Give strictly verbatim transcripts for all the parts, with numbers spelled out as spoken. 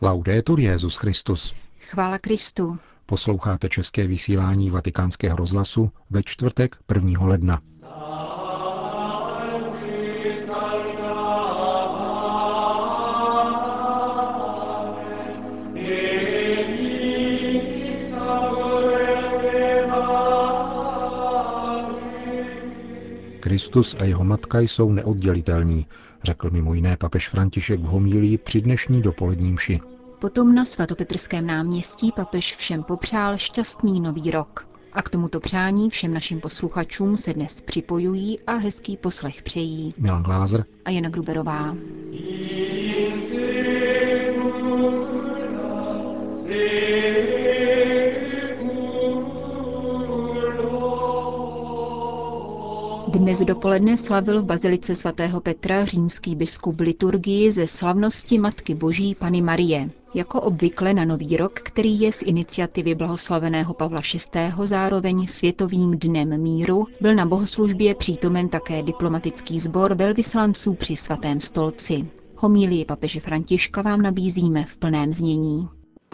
Laudetur Jesus Christus. Chvála Kristu. Posloucháte české vysílání Vatikánského rozhlasu ve čtvrtek prvního ledna. Kristus a jeho matka jsou neoddělitelní, řekl mimo jiné papež František v homílii při dnešní dopolední mši. Potom na svatopetrském náměstí papež všem popřál šťastný nový rok. A k tomuto přání všem našim posluchačům se dnes připojují a hezký poslech přejí Milan Glázer a Jana Gruberová. Dnes dopoledne slavil v bazilice svatého Petra římský biskup liturgii ze slavnosti Matky Boží Panny Marie. Jako obvykle na nový rok, který je z iniciativy blahoslaveného Pavla šestého. zároveň Světovým dnem míru, byl na bohoslužbě přítomen také diplomatický sbor velvyslanců při svatém stolci. Homílii papeže Františka vám nabízíme v plném znění.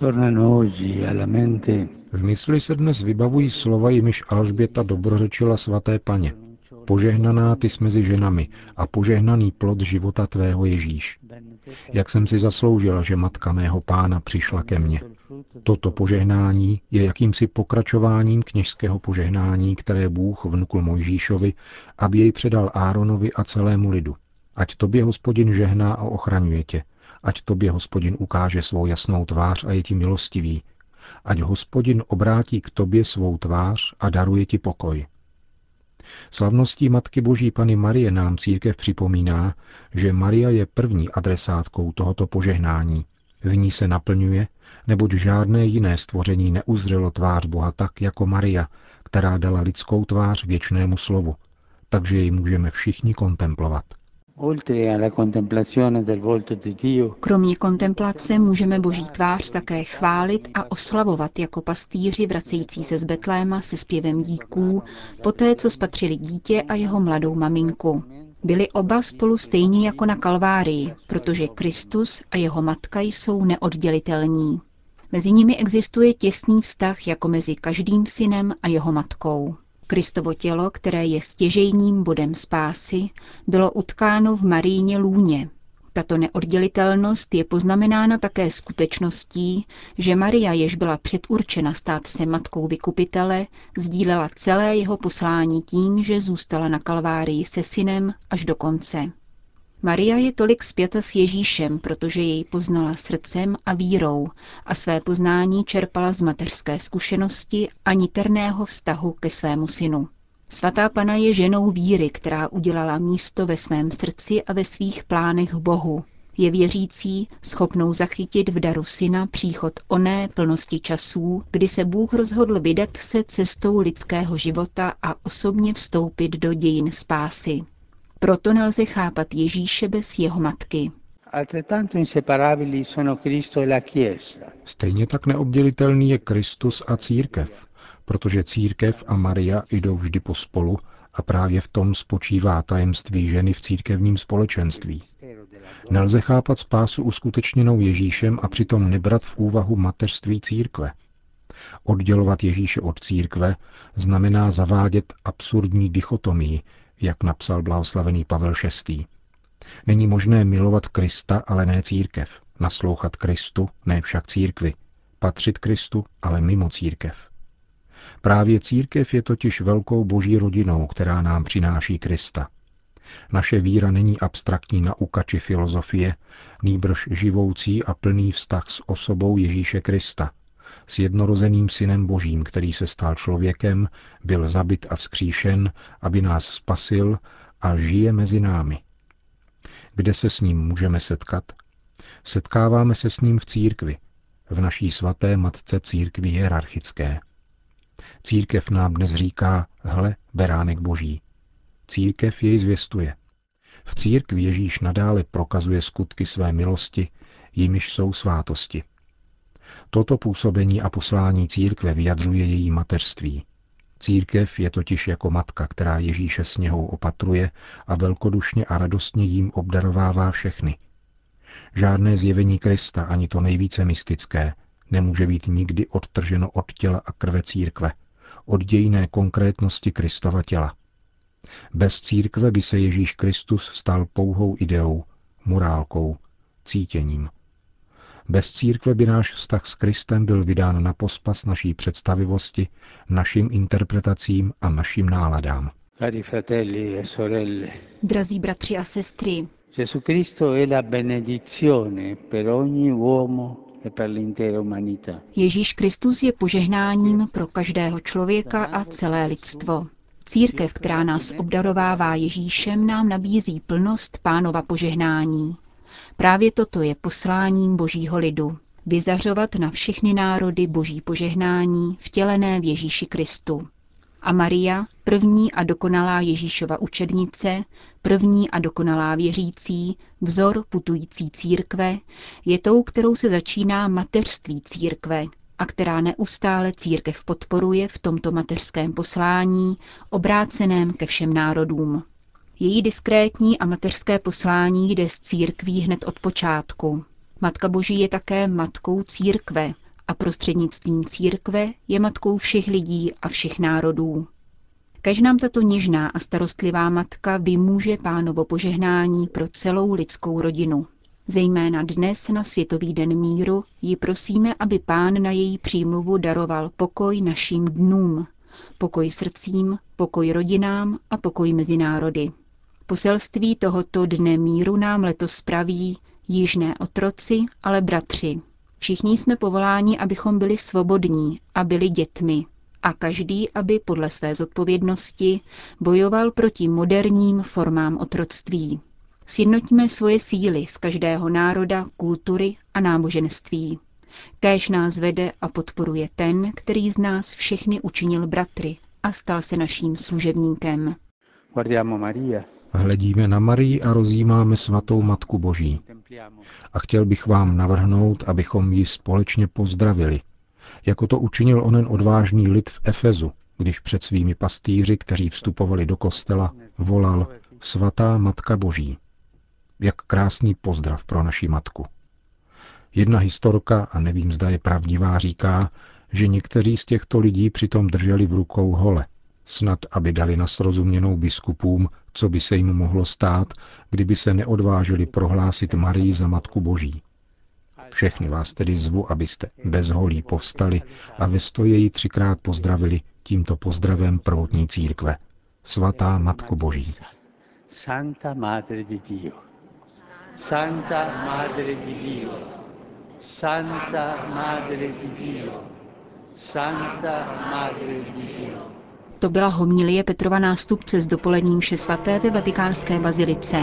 V mysli se dnes vybavují slova, jimiž Alžběta dobrořečila svaté Panně. Požehnaná ty jsi mezi ženami a požehnaný plod života tvého Ježíš. Jak jsem si zasloužila, že matka mého Pána přišla ke mně. Toto požehnání je jakýmsi pokračováním kněžského požehnání, které Bůh vnukl Mojžíšovi, aby jej předal Áronovi a celému lidu. Ať tobě Hospodin žehná a ochraňuje tě. Ať tobě Hospodin ukáže svou jasnou tvář a je ti milostivý. Ať Hospodin obrátí k tobě svou tvář a daruje ti pokoj. Slavností Matky Boží Panny Marie nám církev připomíná, že Maria je první adresátkou tohoto požehnání. V ní se naplňuje, neboť žádné jiné stvoření neuzřelo tvář Boha tak jako Maria, která dala lidskou tvář věčnému slovu, takže jej můžeme všichni kontemplovat. Kromě kontemplace můžeme Boží tvář také chválit a oslavovat jako pastýři vracející se z Betléma se zpěvem díků, poté co spatřili dítě a jeho mladou maminku. Byli oba spolu stejní jako na Kalvárii, protože Kristus a jeho matka jsou neoddělitelní. Mezi nimi existuje těsný vztah jako mezi každým synem a jeho matkou. Kristovo tělo, které je stěžejním bodem spásy, bylo utkáno v Marijně lůně. Tato neoddělitelnost je poznamenána také skutečností, že Maria, jež byla předurčena stát se matkou vykupitele, sdílela celé jeho poslání tím, že zůstala na Kalvárii se synem až do konce. Maria je tolik spjata s Ježíšem, protože jej poznala srdcem a vírou a své poznání čerpala z mateřské zkušenosti a niterného vztahu ke svému synu. Svatá Panna je ženou víry, která udělala místo ve svém srdci a ve svých plánech Bohu. Je věřící, schopnou zachytit v daru syna příchod oné plnosti časů, kdy se Bůh rozhodl vydat se cestou lidského života a osobně vstoupit do dějin spásy. Proto nelze chápat Ježíše bez jeho matky. Stejně tak neoddělitelný je Kristus a církev, protože církev a Maria jdou vždy pospolu a právě v tom spočívá tajemství ženy v církevním společenství. Nelze chápat spásu uskutečněnou Ježíšem a přitom nebrat v úvahu mateřství církve. Oddělovat Ježíše od církve znamená zavádět absurdní dichotomii, jak napsal blahoslavený Pavel šestý. Není možné milovat Krista, ale ne církev, naslouchat Kristu, ne však církvi, patřit Kristu, ale mimo církev. Právě církev je totiž velkou boží rodinou, která nám přináší Krista. Naše víra není abstraktní nauka či filozofie, nýbrž živoucí a plný vztah s osobou Ježíše Krista, s jednorozeným synem Božím, který se stal člověkem, byl zabit a vzkříšen, aby nás spasil a žije mezi námi. Kde se s ním můžeme setkat? Setkáváme se s ním v církvi, v naší svaté matce církvi hierarchické. Církev nám dnes říká, hle, beránek Boží. Církev jej zvěstuje. V církvi Ježíš nadále prokazuje skutky své milosti, jimiž jsou svátosti. Toto působení a poslání církve vyjadřuje její mateřství. Církev je totiž jako matka, která Ježíše sněhou opatruje a velkodušně a radostně jím obdarovává všechny. Žádné zjevení Krista, ani to nejvíce mystické, nemůže být nikdy odtrženo od těla a krve církve, od dějinné konkrétnosti Kristova těla. Bez církve by se Ježíš Kristus stal pouhou ideou, morálkou, cítěním. Bez církve by náš vztah s Kristem byl vydán na pospas naší představivosti, našim interpretacím a našim náladám. Drazí bratři a sestry, Gesù Cristo è la benedizione per ogni uomo e per l'intera umanità. Ježíš Kristus je požehnáním pro každého člověka a celé lidstvo. Církev, která nás obdarovává Ježíšem, nám nabízí plnost Pánova požehnání. Právě toto je posláním Božího lidu. Vyzařovat na všechny národy Boží požehnání vtělené v Ježíši Kristu. A Maria, první a dokonalá Ježíšova učednice, první a dokonalá věřící, vzor putující církve, je tou, kterou se začíná mateřství církve a která neustále církev podporuje v tomto mateřském poslání, obráceném ke všem národům. Její diskrétní a mateřské poslání jde z církví hned od počátku. Matka Boží je také matkou církve a prostřednictvím církve je matkou všech lidí a všech národů. Kež nám tato něžná a starostlivá matka vymůže Pánovo požehnání pro celou lidskou rodinu. Zejména dnes na Světový den míru ji prosíme, aby Pán na její přímluvu daroval pokoj našim dnům, pokoj srdcím, pokoj rodinám a pokoj mezi národy. Poselství tohoto dne míru nám letos praví již ne otroci, ale bratři. Všichni jsme povoláni, abychom byli svobodní a byli dětmi. A každý, aby podle své zodpovědnosti bojoval proti moderním formám otroctví. Sjednoťme svoje síly z každého národa, kultury a náboženství. Kéž nás vede a podporuje ten, který z nás všechny učinil bratry a stal se naším služebníkem. Hledíme na Marii a rozjímáme svatou Matku Boží. A chtěl bych vám navrhnout, abychom ji společně pozdravili, jako to učinil onen odvážný lid v Efezu, když před svými pastýři, kteří vstupovali do kostela, volal Svatá Matka Boží. Jak krásný pozdrav pro naši matku. Jedna historka, a nevím, zda je pravdivá, říká, že někteří z těchto lidí přitom drželi v rukou hole, snad aby dali na srozuměnou biskupům, co by se jim mohlo stát, kdyby se neodvážili prohlásit Marii za Matku Boží. Všechny vás tedy zvu, abyste bez holí povstali a ve stojeji třikrát pozdravili tímto pozdravem prvotní církve. Svatá Matko Boží. Santa Madre di Dio. Santa Madre di Dio. Santa Madre di Dio. Santa Madre di Dio. To byla homilie Petrova nástupce z dopolední mše svaté ve vatikánské bazilice.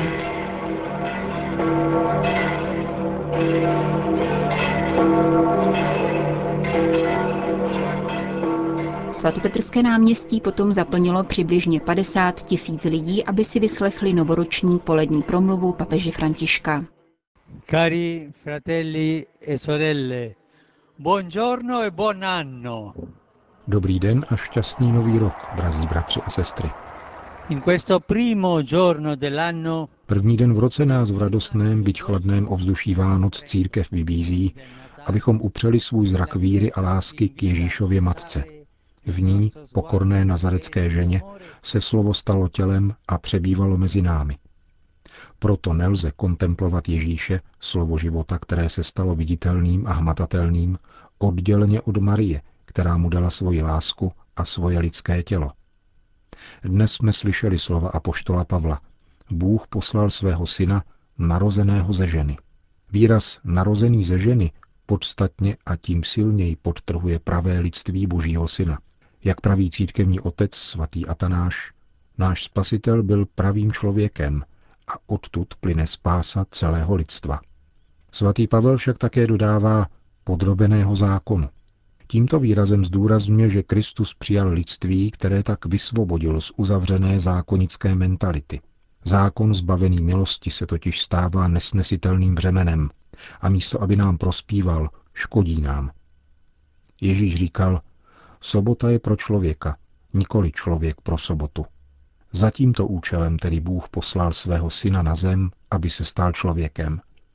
Svatopetrské náměstí potom zaplnilo přibližně padesát tisíc lidí, aby si vyslechli novoroční polední promluvu papeže Františka. Cari fratelli e sorelle, buongiorno e buon anno. Dobrý den a šťastný nový rok, drazí bratři a sestry. In questo primo giorno dell'anno První den v roce nás v radostném, byť chladném ovzduší Vánoc církev vybízí, abychom upřeli svůj zrak víry a lásky k Ježíšově matce. V ní, pokorné nazarecké ženě, se slovo stalo tělem a přebývalo mezi námi. Proto nelze kontemplovat Ježíše, slovo života, které se stalo viditelným a hmatatelným, odděleně od Marie, která mu dala svoji lásku a svoje lidské tělo. Dnes jsme slyšeli slova apoštola Pavla. Bůh poslal svého syna, narozeného ze ženy. Výraz narozený ze ženy podstatně a tím silněji podtrhuje pravé lidství Božího syna. Jak praví církevní otec svatý Atanáš, náš spasitel byl pravým člověkem a odtud plyne spása celého lidstva. Svatý Pavel však také dodává podrobeného zákonu. Tímto výrazem zdůrazňuje, že Kristus přijal lidství, které tak vysvobodil z uzavřené zákonické mentality. Zákon zbavený milosti se totiž stává nesnesitelným břemenem a místo, aby nám prospíval, škodí nám. Ježíš říkal, sobota je pro člověka, nikoli člověk pro sobotu. Za tímto účelem tedy Bůh poslal svého syna na zem, aby se stal člověkem.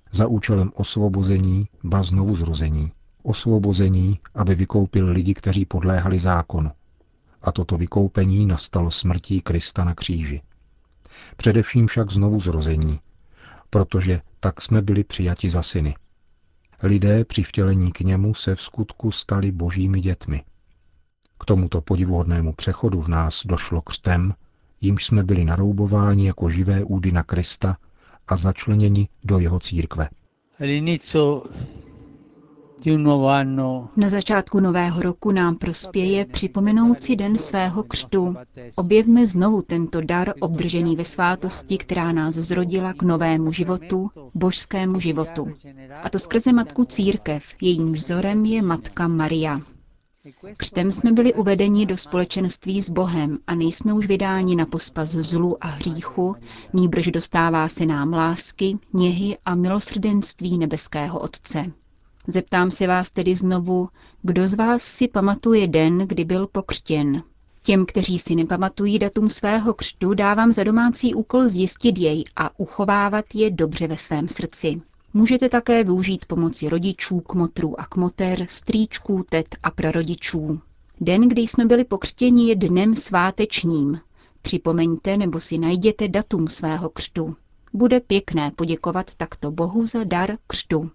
za účelem osvobození, ba znovuzrození. Osvobození, aby vykoupil lidi, kteří podléhali zákonu. A toto vykoupení nastalo smrtí Krista na kříži. Především však znovuzrození, protože tak jsme byli přijati za syny. Lidé při vtělení k němu se v skutku stali božími dětmi. K tomuto podivuhodnému přechodu v nás došlo křtem, jímž jsme byli naroubováni jako živé údy na Krista a začleněni do jeho církve. Na začátku nového roku nám prospěje připomenoucí den svého křtu. Objevme znovu tento dar obdržený ve svátosti, která nás zrodila k novému životu, božskému životu. A to skrze matku církev, jejímž vzorem je matka Maria. Křtem jsme byli uvedeni do společenství s Bohem a nejsme už vydáni na pospas zlu a hříchu, nýbrž dostává se nám lásky, něhy a milosrdenství nebeského Otce. Zeptám se vás tedy znovu, kdo z vás si pamatuje den, kdy byl pokřtěn? Těm, kteří si nepamatují datum svého křtu, dávám za domácí úkol zjistit jej a uchovávat je dobře ve svém srdci. Můžete také využít pomoci rodičů, kmotrů a kmoter, strýčků, tet a prarodičů. Den, kdy jsme byli pokřtěni, je dnem svátečním. Připomeňte nebo si najděte datum svého křtu. Bude pěkné poděkovat takto Bohu za dar křtu.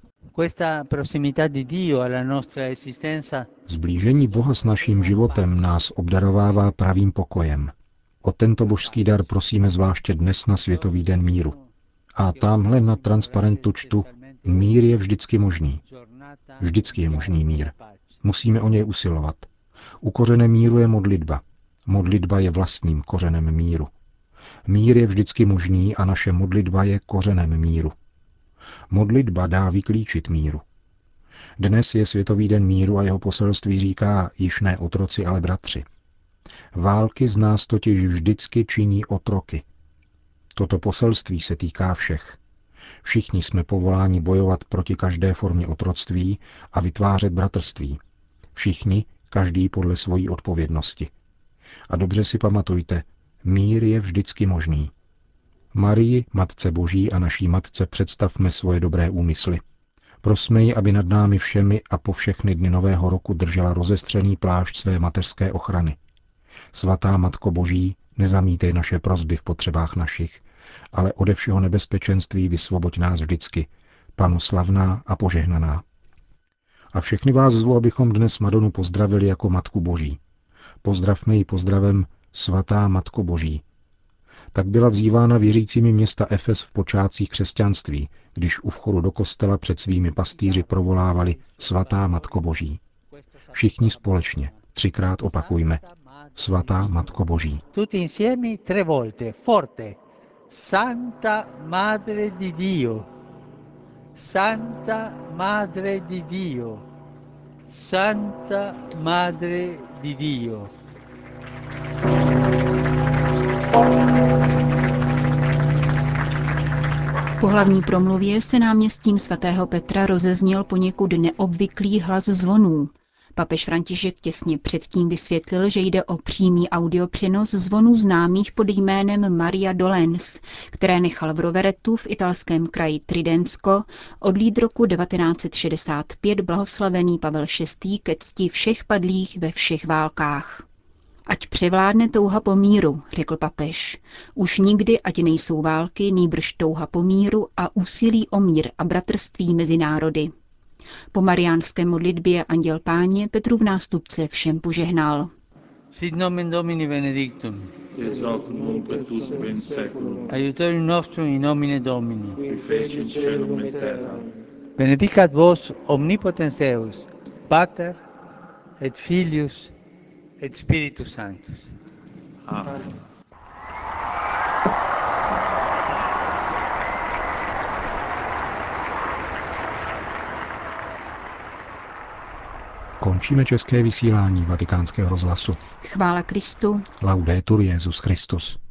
Zblížení Boha s naším životem nás obdarovává pravým pokojem. O tento božský dar prosíme zvláště dnes na Světový den míru. A tamhle na transparentu čtu, mír je vždycky možný. Vždycky je možný mír. Musíme o něj usilovat. U kořene míru je modlitba. Modlitba je vlastním kořenem míru. Mír je vždycky možný a naše modlitba je kořenem míru. Modlitba dá vyklíčit míru. Dnes je Světový den míru a jeho poselství říká, již ne otroci, ale bratři. Války z nás totiž vždycky činí otroky. Toto poselství se týká všech. Všichni jsme povoláni bojovat proti každé formě otroctví a vytvářet bratrství. Všichni, každý podle svojí odpovědnosti. A dobře si pamatujte, mír je vždycky možný. Marii, Matce Boží a naší Matce představme svoje dobré úmysly. Prosme ji, aby nad námi všemi a po všechny dny nového roku držela rozestřený plášť své mateřské ochrany. Svatá Matko Boží, nezamítej naše prosby v potřebách našich, ale ode všeho nebezpečenství vysvoboď nás vždycky, Panu slavná a požehnaná. A všechny vás zvu, abychom dnes Madonu pozdravili jako Matku Boží. Pozdravme ji pozdravem Svatá Matko Boží. Tak byla vzývána věřícími města Efes v počátcích křesťanství, když u vchodu do kostela před svými pastýři provolávali Svatá Matko Boží. Všichni společně, třikrát opakujme Svatá Matko Boží. Tutti insieme tre volte, forte. Santa Madre di Dio. Santa Madre di Dio. Santa Madre di Dio. Po hlavní promluvě se náměstím svatého Petra rozezněl poněkud neobvyklý hlas zvonů. Papež František těsně předtím vysvětlil, že jde o přímý audiopřenos zvonů známých pod jménem Maria Dolens, které nechal v Roveretu v italském kraji Tridentsko odlít roku devatenáct set šedesát pět blahoslavený Pavel šestý ke cti všech padlých ve všech válkách. Ať převládne touha po míru, řekl papež. Už nikdy, ať nejsou války, nýbrž touha po míru a úsilí o mír a bratrství mezi národy. Po mariánské modlitbě Anděl Páně Petrův nástupce všem požehnal. Sit nomen Domini benedictum. Ex hoc nunc et usque in seculum. Aiutorium nostrum in nomine Domini. Qui fecit caelum et terram. Benedicat vos omnipotens Deus, Pater et Filius et Spiritus Sanctus. Amen. Končíme české vysílání Vatikánského rozhlasu. Chvála Kristu. Laudetur Jesus Christus.